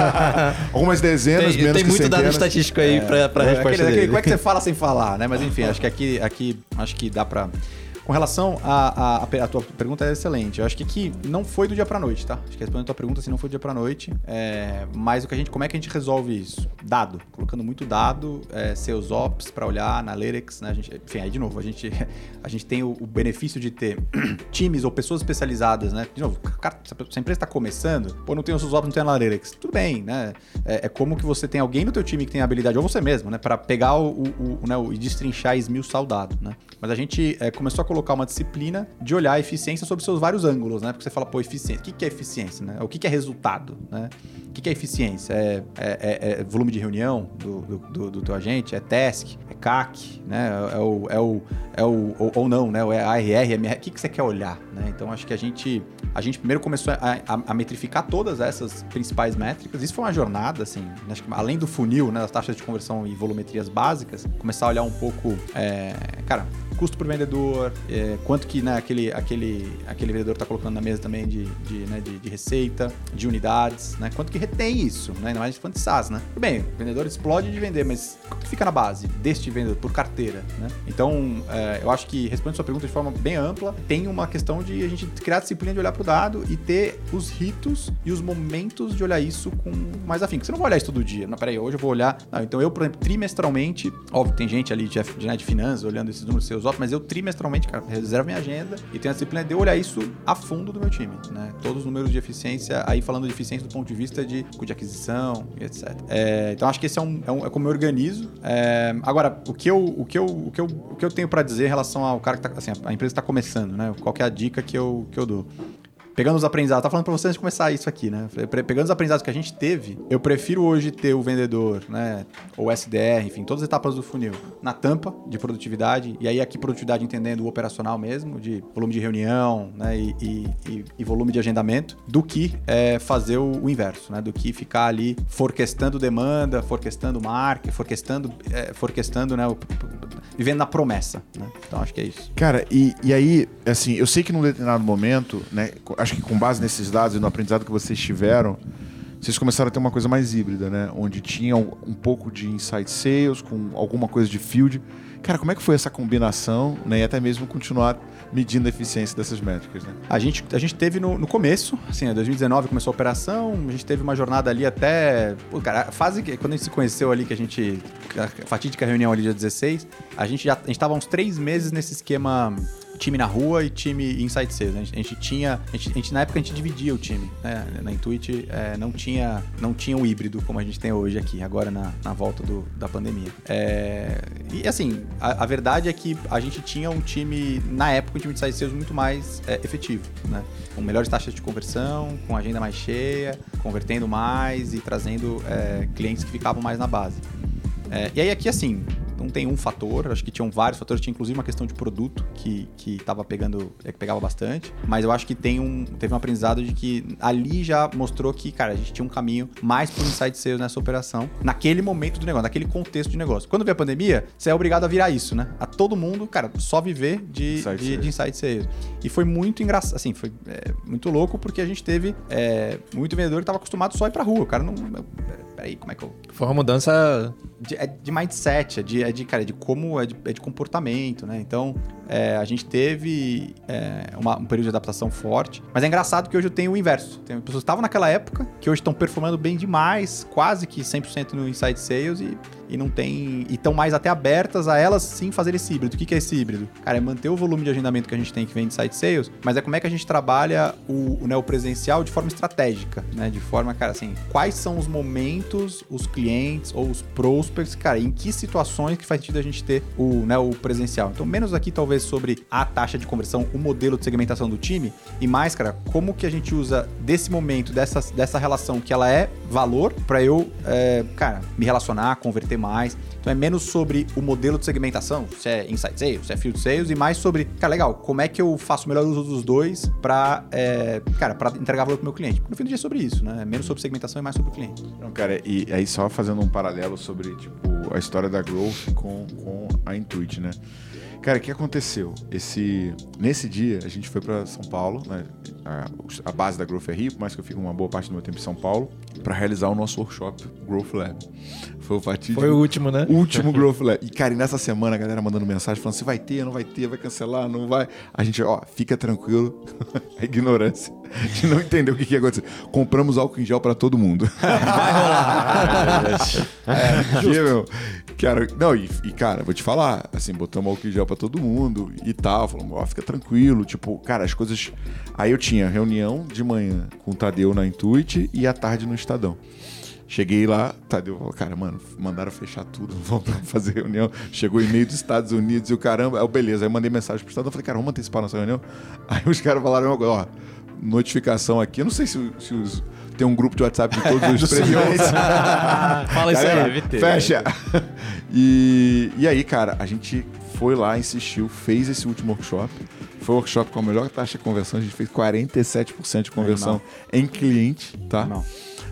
É. Algumas dezenas, tem, menos tem que muito centenas. dado estatístico aí é, pra, pra é, resposta aquele, dele. aquele, como é que você fala sem falar, né? Mas enfim, acho que aqui, aqui acho que dá pra... Com relação à a, a, a tua pergunta é excelente. Eu acho que aqui não foi do dia pra noite, tá? Acho que respondendo a tua pergunta, assim, não foi do dia pra noite. É, mas o que a gente, como é que a gente resolve isso? Dado. Colocando muito dado, é, Sales Ops pra olhar, Analytics, né? A gente, enfim, aí de novo, a gente, a gente tem o, o benefício de ter times ou pessoas especializadas, né? De novo, cara, se a empresa está começando, pô, não tem os Sales Ops, não tem Analytics. Tudo bem, né? É, é como que você tem alguém no teu time que tem habilidade, ou você mesmo, né? Pra pegar o, o, o, né, o e destrinchar e esmiuçar o dado, né? Mas a gente é, começou a colocar uma disciplina de olhar a eficiência sob seus vários ângulos, né? Porque você fala, pô, eficiência. O que, que é eficiência, né? O que, que é resultado, né? O que, que é eficiência? É, é, é, é volume de reunião do, do, do, do teu agente? É task? É C A C? Né? É o... É o, é o ou, ou não, né? É A R R, M R. O que, que você quer olhar, né? Então, acho que a gente, a gente primeiro começou a, a, a metrificar todas essas principais métricas. Isso foi uma jornada, assim, acho que além do funil, né? Das taxas de conversão e volumetrias básicas, começar a olhar um pouco, é, cara, custo por vendedor, é, quanto que, né, aquele, aquele, aquele vendedor está colocando na mesa também de, de, né, de, de receita, de unidades, né? Quanto que retém isso, né? Ainda mais de falando de SaaS, né? Tudo bem, o vendedor explode de vender, mas quanto que fica na base deste vendedor, por carteira, né? Então, é, eu acho que, respondendo a sua pergunta de forma bem ampla, tem uma questão de a gente criar a disciplina de olhar para o dado e ter os ritos e os momentos de olhar isso com mais afinco. Você não vai olhar isso todo dia. Não, peraí, hoje eu vou olhar... Não, então eu, por exemplo, trimestralmente, óbvio, tem gente ali de, de, né, de finanças olhando esses números seus, mas eu trimestralmente, cara, reservo minha agenda e tenho a disciplina de olhar isso a fundo do meu time, né? Todos os números de eficiência, aí falando de eficiência do ponto de vista de custo de aquisição e etcétera. É, então, acho que esse é, um, é, um, é como eu organizo. É, agora, o que eu, o que eu, o que eu, o que eu tenho para dizer em relação ao cara que tá, assim, a empresa está começando, né? Qual que é a dica que eu, que eu dou? Pegando os aprendizados, tá falando para vocês antes de começar isso aqui, né? Pegando os aprendizados que a gente teve, eu prefiro hoje ter o vendedor, né? Ou S D R, enfim, todas as etapas do funil na tampa de produtividade, e aí aqui produtividade entendendo o operacional mesmo, de volume de reunião, né? E, e, e volume de agendamento, do que é, fazer o, o inverso, né? Do que ficar ali forecastando demanda, forecastando marca, forecastando, é, forecastando, né? O, vivendo na promessa, né? Então acho que é isso. Cara, e, e aí, assim, eu sei que num determinado momento, né? Acho que com base nesses dados e no aprendizado que vocês tiveram, vocês começaram a ter uma coisa mais híbrida, né? Onde tinha um, um pouco de inside sales, com alguma coisa de field. Cara, como é que foi essa combinação, né? E até mesmo continuar medindo a eficiência dessas métricas, né? A gente, a gente teve no, no começo, assim, em dois mil e dezenove começou a operação, a gente teve uma jornada ali até... Pô, cara, a fase que, quando a gente se conheceu ali, que a gente... A fatídica reunião ali dia dezesseis, a gente já... A gente tava há uns três meses nesse esquema... time na rua e time inside sales. A gente, a gente tinha... A gente, a gente, na época, a gente dividia o time, né? Na Intuit, é, não tinha não tinha o híbrido como a gente tem hoje aqui, agora na, na volta do, da pandemia. É, e, assim, a, a verdade é que a gente tinha um time, na época, um time de Inside Sales muito mais é, efetivo, né? Com melhores taxas de conversão, com agenda mais cheia, convertendo mais e trazendo é, clientes que ficavam mais na base. É, e aí aqui, assim, não tem um fator, acho que tinham vários fatores, tinha inclusive uma questão de produto que, que tava pegando, que pegava bastante, mas eu acho que tem um, teve um aprendizado de que ali já mostrou que, cara, a gente tinha um caminho mais pro Inside Sales nessa operação, naquele momento do negócio, naquele contexto de negócio. Quando veio a pandemia, você é obrigado a virar isso, né? A todo mundo, cara, só viver de Inside, de, de inside Sales. E foi muito engraçado, assim, foi é, muito louco porque a gente teve é, muito vendedor que tava acostumado só a ir pra rua, o cara não... Peraí, como é que eu... Foi uma mudança... De, é de mindset, é de, é de, cara, é de como, é de, é de comportamento, né? Então, é, a gente teve é, uma, um período de adaptação forte, mas é engraçado que hoje eu tenho o inverso. Tem pessoas que estavam naquela época, que hoje estão performando bem demais, quase que cem por cento no Inside Sales e, e não tem... E estão mais até abertas a elas sim fazer esse híbrido. O que, que é esse híbrido? Cara, é manter o volume de agendamento que a gente tem que vem de Inside Sales, mas é como é que a gente trabalha o, né, o presencial de forma estratégica, né? De forma, cara, assim, quais são os momentos, os clientes ou os prospects, cara, em que situações que faz sentido a gente ter o, né, o presencial. Então, menos aqui talvez sobre a taxa de conversão, o modelo de segmentação do time, e mais, cara, como que a gente usa desse momento, dessa, dessa relação que ela é valor, pra eu, é, cara, me relacionar, converter mais. Então é menos sobre o modelo de segmentação, se é Inside Sales, se é Field Sales, e mais sobre, cara, legal, como é que eu faço o melhor uso dos dois pra, é, cara, pra entregar valor pro meu cliente. Porque no fim do dia é sobre isso, né? É menos sobre segmentação e mais sobre o cliente. Não, cara, e aí só fazendo um paralelo sobre, tipo, a história da Growth com, com a Intuit, né? Cara, o que aconteceu? Esse, nesse dia, a gente foi para São Paulo, né? A, a base da Growth é Rio, por mais que eu fique uma boa parte do meu tempo em São Paulo, para realizar o nosso workshop Growth Lab. Foi o fatídico... Foi o último, né? O último Growth Lab. E, cara, e nessa semana a galera mandando mensagem falando se vai ter, não vai ter, vai cancelar, não vai... A gente, ó, fica tranquilo, a ignorância de não entender o que, que ia acontecer. Compramos álcool em gel para todo mundo. Vai rolar. É, e, meu, cara, não, e, e, cara, vou te falar, assim, botamos álcool em gel pra todo mundo e tal, falamos, ó, fica tranquilo, tipo, cara, as coisas... Aí eu tinha reunião de manhã com o Tadeu na Intuit e à tarde no Estadão. Cheguei lá, Tadeu falou, cara, mano, mandaram fechar tudo, vamos fazer reunião. Chegou e-mail dos Estados Unidos e o caramba, aí, beleza, aí eu mandei mensagem pro Estadão, falei, cara, vamos antecipar nossa reunião? Aí os caras falaram, ó, notificação aqui, eu não sei se, se os... Tem um grupo de WhatsApp de todos os presidentes. Fala isso aí, deve ter. Fecha. E, e aí, cara, a gente foi lá, insistiu, fez esse último workshop. Foi o workshop com a melhor taxa de conversão. A gente fez quarenta e sete por cento de conversão em cliente, tá? Não.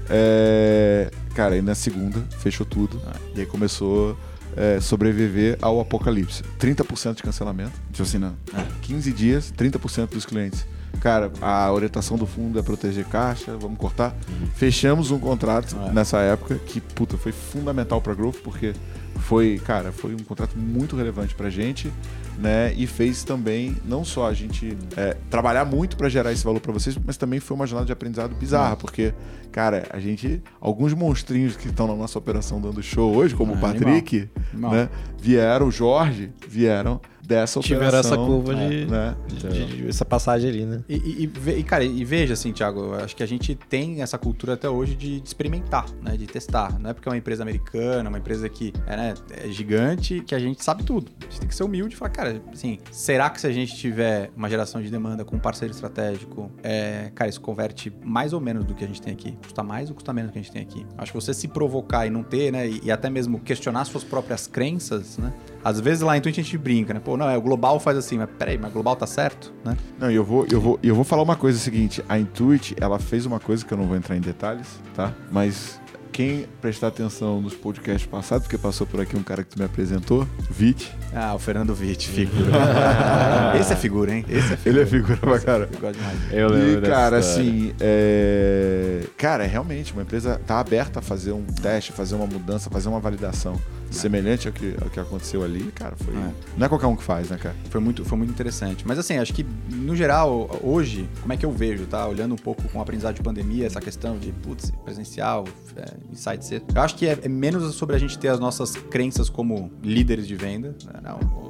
É, cara, aí na segunda, fechou tudo. Ah. E aí começou a é, sobreviver ao apocalipse. trinta por cento de cancelamento. Tipo assim, não. Ah. quinze dias, trinta por cento dos clientes. Cara, a orientação do fundo é proteger caixa, vamos cortar. Uhum. Fechamos um contrato é. nessa época que, puta, foi fundamental para a Growth, porque foi, cara, foi um contrato muito relevante pra gente, né? E fez também, não só a gente é, trabalhar muito para gerar esse valor para vocês, mas também foi uma jornada de aprendizado bizarra, uhum. porque, cara, a gente, alguns monstrinhos que estão na nossa operação dando show hoje, como ah, o Patrick, animal. Né? Vieram, o Jorge, vieram dessa Tiveram operação. Tiveram essa curva é, de, né? de, de essa passagem ali, né? E, e, e, cara, e veja assim, Thiago, eu acho que a gente tem essa cultura até hoje de, de experimentar, né? De testar. Não é porque é uma empresa americana, uma empresa que é, né, é gigante, que a gente sabe tudo. A gente tem que ser humilde e falar, cara, assim, será que se a gente tiver uma geração de demanda com um parceiro estratégico, é, cara, isso converte mais ou menos do que a gente tem aqui? Custa mais ou custa menos do que a gente tem aqui? Acho que você se provocar e não ter, né? E, e até mesmo questionar suas próprias crenças, né? Às vezes lá em Intuit a gente brinca, né? Pô, não, é, o global faz assim, mas peraí, mas o global tá certo, né? Não, eu vou, eu vou, eu vou falar uma coisa seguinte, a Intuit, ela fez uma coisa que eu não vou entrar em detalhes, tá? Mas quem prestar atenção nos podcasts passados, porque passou por aqui um cara que tu me apresentou, Vitt. Ah, o Fernando Vitt, figura. Esse é figura, hein? Esse é figura. Ele é figura pra cara. Eu gosto demais. Eu lembro e, cara, assim, é... cara, é realmente, uma empresa tá aberta a fazer um teste, fazer uma mudança, fazer uma validação. É. Semelhante ao que, ao que aconteceu ali, cara, foi... É. Não é qualquer um que faz, né, cara? Foi muito, foi muito interessante. Mas assim, acho que, no geral, hoje, como é que eu vejo, tá? Olhando um pouco com o aprendizado de pandemia, essa questão de, putz, presencial, é, Inside Sales. Eu acho que é, é menos sobre a gente ter as nossas crenças como líderes de venda. Né? Não,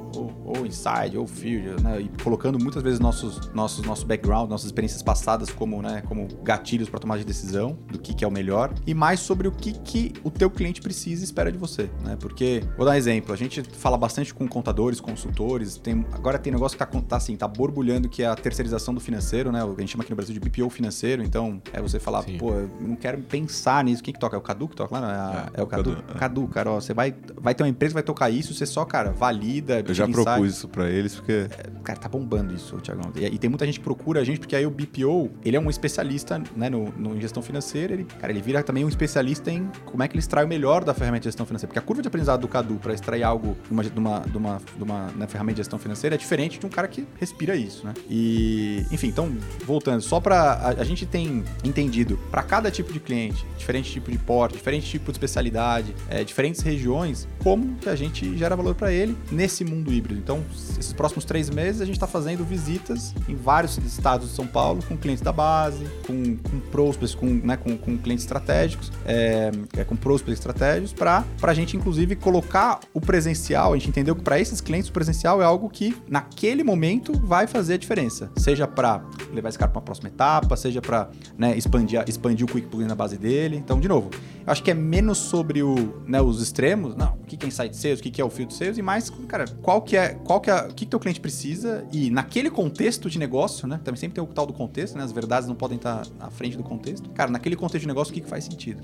ou, ou inside, ou field, né? E colocando muitas vezes nossos, nossos, nosso background, nossas experiências passadas como, né, como gatilhos para tomar de decisão do que, que é o melhor, e mais sobre o que, que o teu cliente precisa e espera de você, né? Porque, vou dar um exemplo, a gente fala bastante com contadores, consultores, tem, agora tem negócio que tá, tá assim, tá borbulhando, que é a terceirização do financeiro, né? A gente chama aqui no Brasil de B P O financeiro, então é você falar, Sim. pô, eu não quero pensar nisso, quem que toca? É o Cadu que toca lá? Não, é, a, é, é o Cadu? Cadu, é. Cadu, cara, ó, você vai, vai ter uma empresa que vai tocar isso, você só, cara, valida. Eu já propus insight. Isso pra eles, porque... É, cara, tá bombando isso, Thiagão. E, e tem muita gente que procura a gente, porque aí o B P O, ele é um especialista, né, no, no, em gestão financeira, ele, cara, ele vira também um especialista em como é que ele extrai o melhor da ferramenta de gestão financeira, porque a curva de aprendizado do Cadu para extrair algo de uma, de uma, de uma, de uma né, ferramenta de gestão financeira é diferente de um cara que respira isso, né? E, enfim, então, voltando, só pra... A, a gente tem entendido, para cada tipo de cliente, diferente tipo de porte, diferente tipo de especialidade, é, diferentes regiões, como que a gente gera valor para ele nesse mundo híbrido. Então, esses próximos três meses, a gente está fazendo visitas em vários estados de São Paulo, com clientes da base, com, com prospects, com, né, com, com clientes estratégicos, é, é, com prospects estratégicos, para a gente, inclusive, colocar o presencial. A gente entendeu que para esses clientes o presencial é algo que, naquele momento, vai fazer a diferença. Seja para levar esse cara para uma próxima etapa, seja para, né, expandir, expandir o QuickBooks na base dele. Então, de novo, eu acho que é menos sobre o, né, os extremos, não, o que é Insight Sales, o que é o Field Sales, e mais, cara, qual que é, qual que é, o que que teu cliente precisa, e naquele contexto de negócio, né, também sempre tem o tal do contexto, né, as verdades não podem estar à frente do contexto. Cara, naquele contexto de negócio, o que que faz sentido?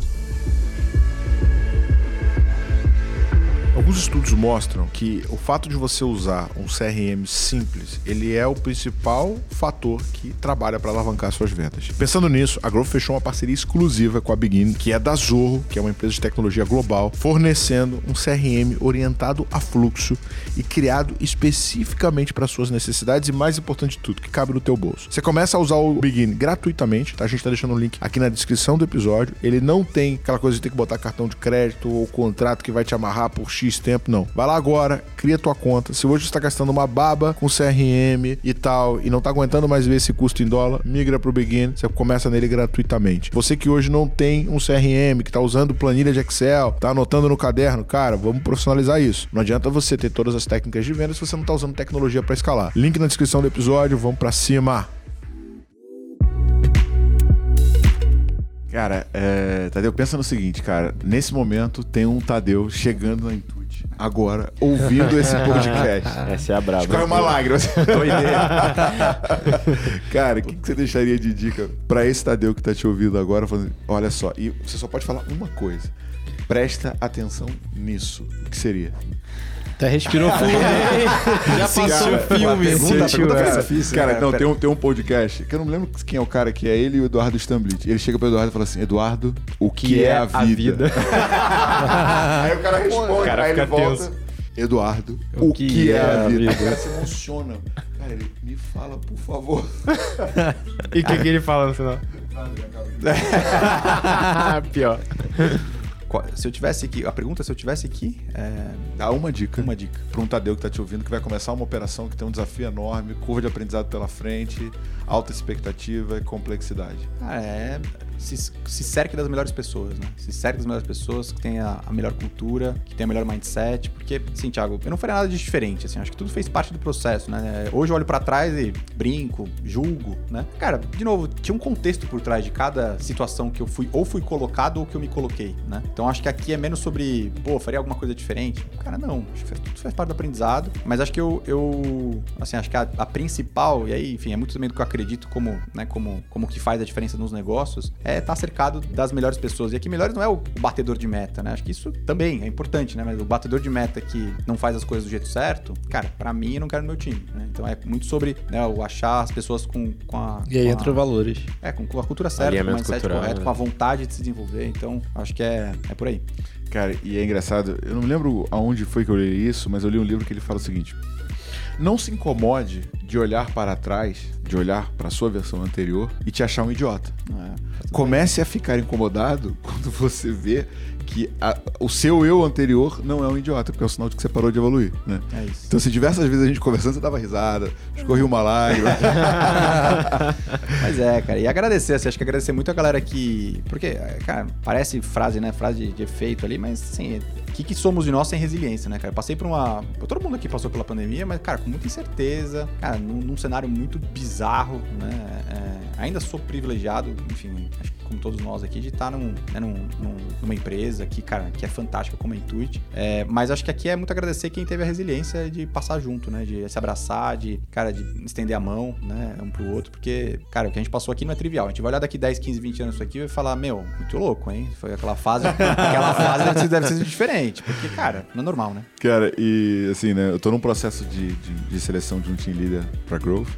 Alguns estudos mostram que o fato de você usar um C R M simples, ele é o principal fator que trabalha para alavancar suas vendas. Pensando nisso, a Growth fechou uma parceria exclusiva com a Begin, que é da Zorro, que é uma empresa de tecnologia global, fornecendo um C R M orientado a fluxo e criado especificamente para suas necessidades e, mais importante de tudo, que cabe no teu bolso. Você começa a usar o Begin gratuitamente, tá? A gente tá deixando o link aqui na descrição do episódio. Ele não tem aquela coisa de ter que botar cartão de crédito ou contrato que vai te amarrar por X tempo, não. Vai lá agora, cria tua conta. Se hoje você está gastando uma baba com C R M e tal, e não tá aguentando mais ver esse custo em dólar, migra pro Begin, você começa nele gratuitamente. Você que hoje não tem um C R M, que tá usando planilha de Excel, tá anotando no caderno, cara, vamos profissionalizar isso. Não adianta você ter todas as técnicas de venda se você não tá usando tecnologia para escalar. Link na descrição do episódio, vamos pra cima. Cara, é, Tadeu, pensa no seguinte, cara. Nesse momento tem um Tadeu chegando na Intuit agora, ouvindo esse podcast. Essa é a braba. Escorre uma lágrima. Cara, o que, que você deixaria de dica pra esse Tadeu que tá te ouvindo agora? Falando, olha só, e você só pode falar uma coisa. Presta atenção nisso. O que seria? Até respirou fundo. Já passou o filme. Pergunta, pergunta cara, difícil, cara, né? Não, tem um, tem um podcast, que eu não me lembro quem é o cara, que é ele e o Eduardo Stamblit. Ele chega pro Eduardo e fala assim, Eduardo, o que, que é, é a vida? A vida. Aí o cara responde, o cara aí ele volta. Tenso. Eduardo, o, o que, que é, é a vida? vida? O cara se emociona. Cara, ele me fala, por favor. E o que, que ele fala no final? Pior. Se eu tivesse aqui, a pergunta, se eu tivesse aqui, é... dá uma dica. Uma dica. Para um Tadeu que tá te ouvindo, que vai começar uma operação que tem um desafio enorme, curva de aprendizado pela frente, alta expectativa e complexidade. Cara, é... Se, se cerque das melhores pessoas, né? Se cerque das melhores pessoas, que tenha a melhor cultura, que tenha o melhor mindset, porque, assim, Thiago, eu não faria nada de diferente, assim, acho que tudo fez parte do processo, né? Hoje eu olho pra trás e brinco, julgo, né? Cara, de novo, tinha um contexto por trás de cada situação que eu fui, ou fui colocado ou que eu me coloquei, né? Então acho que aqui é menos sobre, pô, faria alguma coisa diferente? Cara, não, acho que faz, tudo faz parte do aprendizado, mas acho que eu, eu assim, acho que a, a principal, e aí, enfim, é muito também do que eu acredito como, né, como, como que faz a diferença nos negócios, é estar cercado das melhores pessoas. E aqui melhores não é o batedor de meta, né? Acho que isso também é importante, né? Mas o batedor de meta que não faz as coisas do jeito certo, cara, pra mim eu não quero no meu time, né? Então é muito sobre, né, o achar as pessoas com, com a... E aí com entra a, valores. É, com, com a cultura certa, com o mindset cultural, correto, né? Com a vontade de se desenvolver. Então, acho que é, é por aí. Cara, e é engraçado, eu não me lembro aonde foi que eu li isso, mas eu li um livro que ele fala o seguinte: não se incomode de olhar para trás de olhar para sua versão anterior e te achar um idiota. É, Comece a ficar incomodado quando você vê que a, o seu eu anterior não é um idiota, porque é o sinal de que você parou de evoluir, né? É isso. Então, se diversas vezes a gente conversando, você dava risada, escorria uma lágrima. Mas é, cara. E agradecer, assim, acho que agradecer muito a galera que... Porque, cara, parece frase, né? Frase de, de efeito ali, mas, assim, o que, que somos de nós sem resiliência, né, cara? Passei por uma... Todo mundo aqui passou pela pandemia, mas, cara, com muita incerteza, cara, num, num cenário muito bizarro, né? É, ainda sou privilegiado, enfim, acho que como todos nós aqui, de estar num, né, num, num, numa empresa que, cara, que é fantástica como a Intuit. É, mas acho que aqui é muito agradecer quem teve a resiliência de passar junto, né? De se abraçar, de, cara, de estender a mão, né? Um pro outro, porque, cara, o que a gente passou aqui não é trivial. A gente vai olhar daqui dez, quinze, vinte anos isso aqui e vai falar, meu, muito louco, hein? Foi aquela fase, aquela fase deve ser, deve ser diferente, porque, cara, não é normal, né? Cara, e assim, né? Eu tô num processo de, de, de seleção de um team leader pra Growth.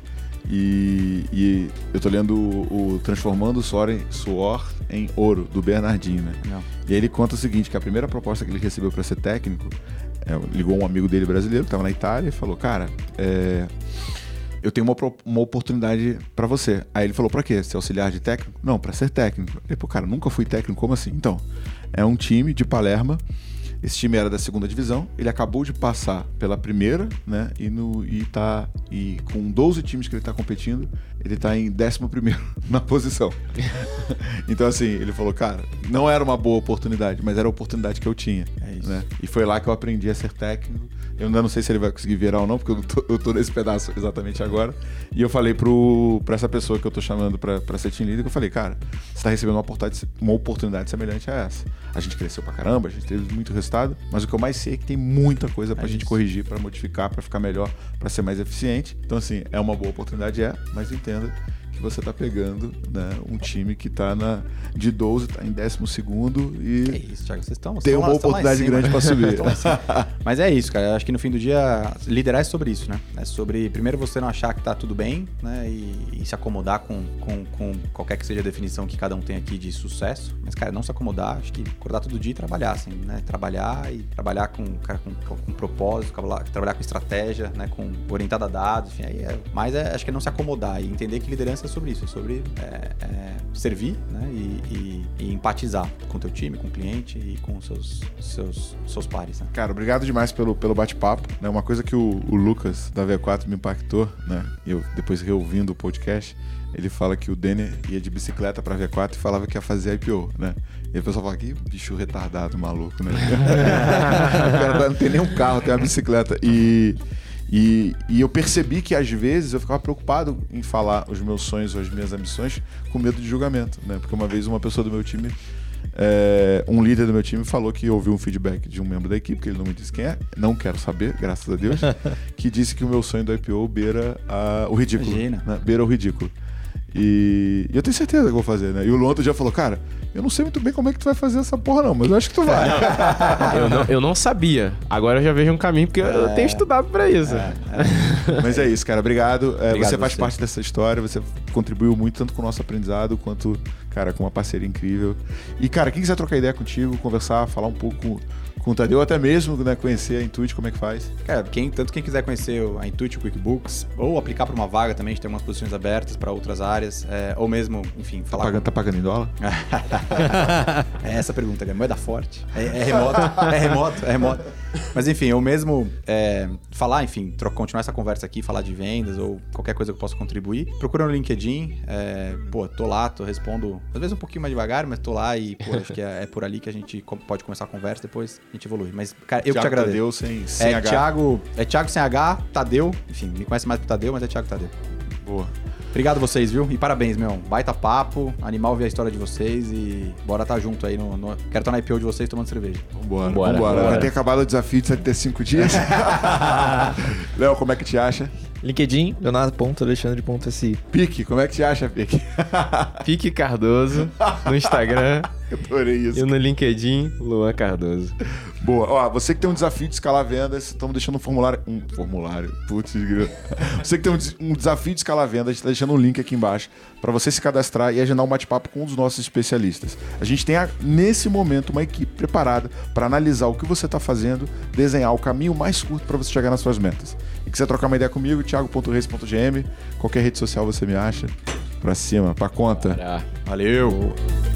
E, e eu tô lendo o, o Transformando o Suor em, Suor em Ouro, do Bernardinho, né? Não. E aí ele conta o seguinte, que a primeira proposta que ele recebeu para ser técnico, é, ligou um amigo dele brasileiro que tava na Itália e falou, cara, é, eu tenho uma, uma oportunidade para você. Aí ele falou, pra quê? Ser auxiliar de técnico? Não, para ser técnico. Ele falou, cara, nunca fui técnico, como assim? Então, é um time de Palermo. Esse time era da segunda divisão, ele acabou de passar pela primeira, né? E, no, e, tá, e com doze times que ele está competindo, ele está em décimo primeiro na posição. Então, assim, ele falou, cara, não era uma boa oportunidade, mas era a oportunidade que eu tinha. É isso. Né? E foi lá que eu aprendi a ser técnico. Eu ainda não sei se ele vai conseguir virar ou não, porque eu tô, eu tô nesse pedaço exatamente agora. E eu falei pro, pra essa pessoa que eu tô chamando pra, pra ser team leader, que eu falei, cara, você tá recebendo uma oportunidade, uma oportunidade semelhante a essa. A gente cresceu pra caramba, a gente teve muito resultado, mas o que eu mais sei é que tem muita coisa pra É gente isso. corrigir, pra modificar, pra ficar melhor, pra ser mais eficiente. Então, assim, é uma boa oportunidade, é, mas entenda que você tá pegando, né, um time que tá na, de doze, tá em décimo segundo e Que isso, Thiago, vocês estão... tem uma oportunidade grande pra subir. Mas é isso, cara. Eu acho que no fim do dia, liderar é sobre isso, né? É sobre, primeiro, você não achar que tá tudo bem, né? E, e se acomodar com, com, com qualquer que seja a definição que cada um tem aqui de sucesso. Mas, cara, não se acomodar. Acho que acordar todo dia e trabalhar, assim, né? Trabalhar e trabalhar com, cara, com, com, com propósito, trabalhar com estratégia, né? Com orientada a dados, enfim. Aí é, mas é, acho que é não se acomodar e entender que liderança é sobre isso. É sobre é, é, servir, né? E, e, e empatizar com o teu time, com o cliente e com os seus, seus, seus pares, né? Cara, obrigado demais pelo, pelo bate-papo. Né? Uma coisa que o, o Lucas da V quatro me impactou, né? Eu depois reouvindo o podcast, ele fala que o Denner ia de bicicleta pra V quatro e falava que ia fazer I P O, né? E o pessoal fala que bicho retardado, maluco, né? O cara não tem nem um carro, tem uma bicicleta. E, e, e eu percebi que às vezes eu ficava preocupado em falar os meus sonhos ou as minhas ambições com medo de julgamento, né? Porque uma vez uma pessoa do meu time, é, um líder do meu time falou que ouviu um feedback de um membro da equipe, que ele não me disse quem é, não quero saber, graças a Deus, que disse que o meu sonho do I P O beira a, o ridículo, Imagina. né? Beira o ridículo. E, e eu tenho certeza que eu vou fazer, né? E o Luan outro dia falou, cara, eu não sei muito bem como é que tu vai fazer essa porra não, mas eu acho que tu vai. eu, não, eu não sabia. Agora eu já vejo um caminho, porque é. eu tenho estudado pra isso. É, é. Mas é isso, cara. Obrigado. É, Obrigado você faz você. parte dessa história, você contribuiu muito, tanto com o nosso aprendizado, quanto, cara, com uma parceria incrível. E, cara, quem quiser trocar ideia contigo, conversar, falar um pouco com, com o Tadeu, até mesmo, né, conhecer a Intuit, como é que faz? Cara, quem, tanto quem quiser conhecer a Intuit, o QuickBooks, ou aplicar para uma vaga também, a gente tem umas posições abertas para outras áreas, é, ou mesmo, enfim, Tá falar... pagando, com... tá pagando em dólar? É essa a pergunta, é moeda forte? É, é remoto? É remoto? É remoto. Mas enfim, ou mesmo é, falar, enfim, tro- continuar essa conversa aqui, falar de vendas ou qualquer coisa que eu possa contribuir. Procura no LinkedIn, é, pô, tô lá, tô respondo, às vezes um pouquinho mais devagar, mas tô lá e, pô, acho que é, é por ali que a gente co- pode começar a conversa, depois a gente evolui. Mas, cara, eu que te Thiago agradeço. Tadeu sem, sem É H. Thiago, é Thiago sem H, Tadeu, enfim, me conhece mais pro Tadeu, mas é Thiago Tadeu. Boa. Obrigado vocês, viu? E parabéns, meu. Baita papo, animal ver a história de vocês e bora tá junto aí. No, no... Quero estar na I P O de vocês tomando cerveja. Vambora, Vambora, vambora. vambora. Vai ter acabado o desafio de setenta e cinco dias. Léo, como é que te acha? LinkedIn, leonardo.alexandre.si. Pique, como é que te acha, Pique? Pique Cardoso no Instagram Eu adorei isso. e no LinkedIn, Luan Cardoso. Boa. Ó, você que tem um desafio de escalar vendas, estamos deixando um formulário. Um formulário. Putz, grilo. Você que tem um, des- um desafio de escalar vendas, a gente está deixando um link aqui embaixo para você se cadastrar e agendar um bate-papo com um dos nossos especialistas. A gente tem, a- nesse momento, uma equipe preparada para analisar o que você está fazendo, desenhar o caminho mais curto para você chegar nas suas metas. E quiser trocar uma ideia comigo, thiago ponto reis ponto g m. Qualquer rede social você me acha. Pra cima, pra conta. Valeu!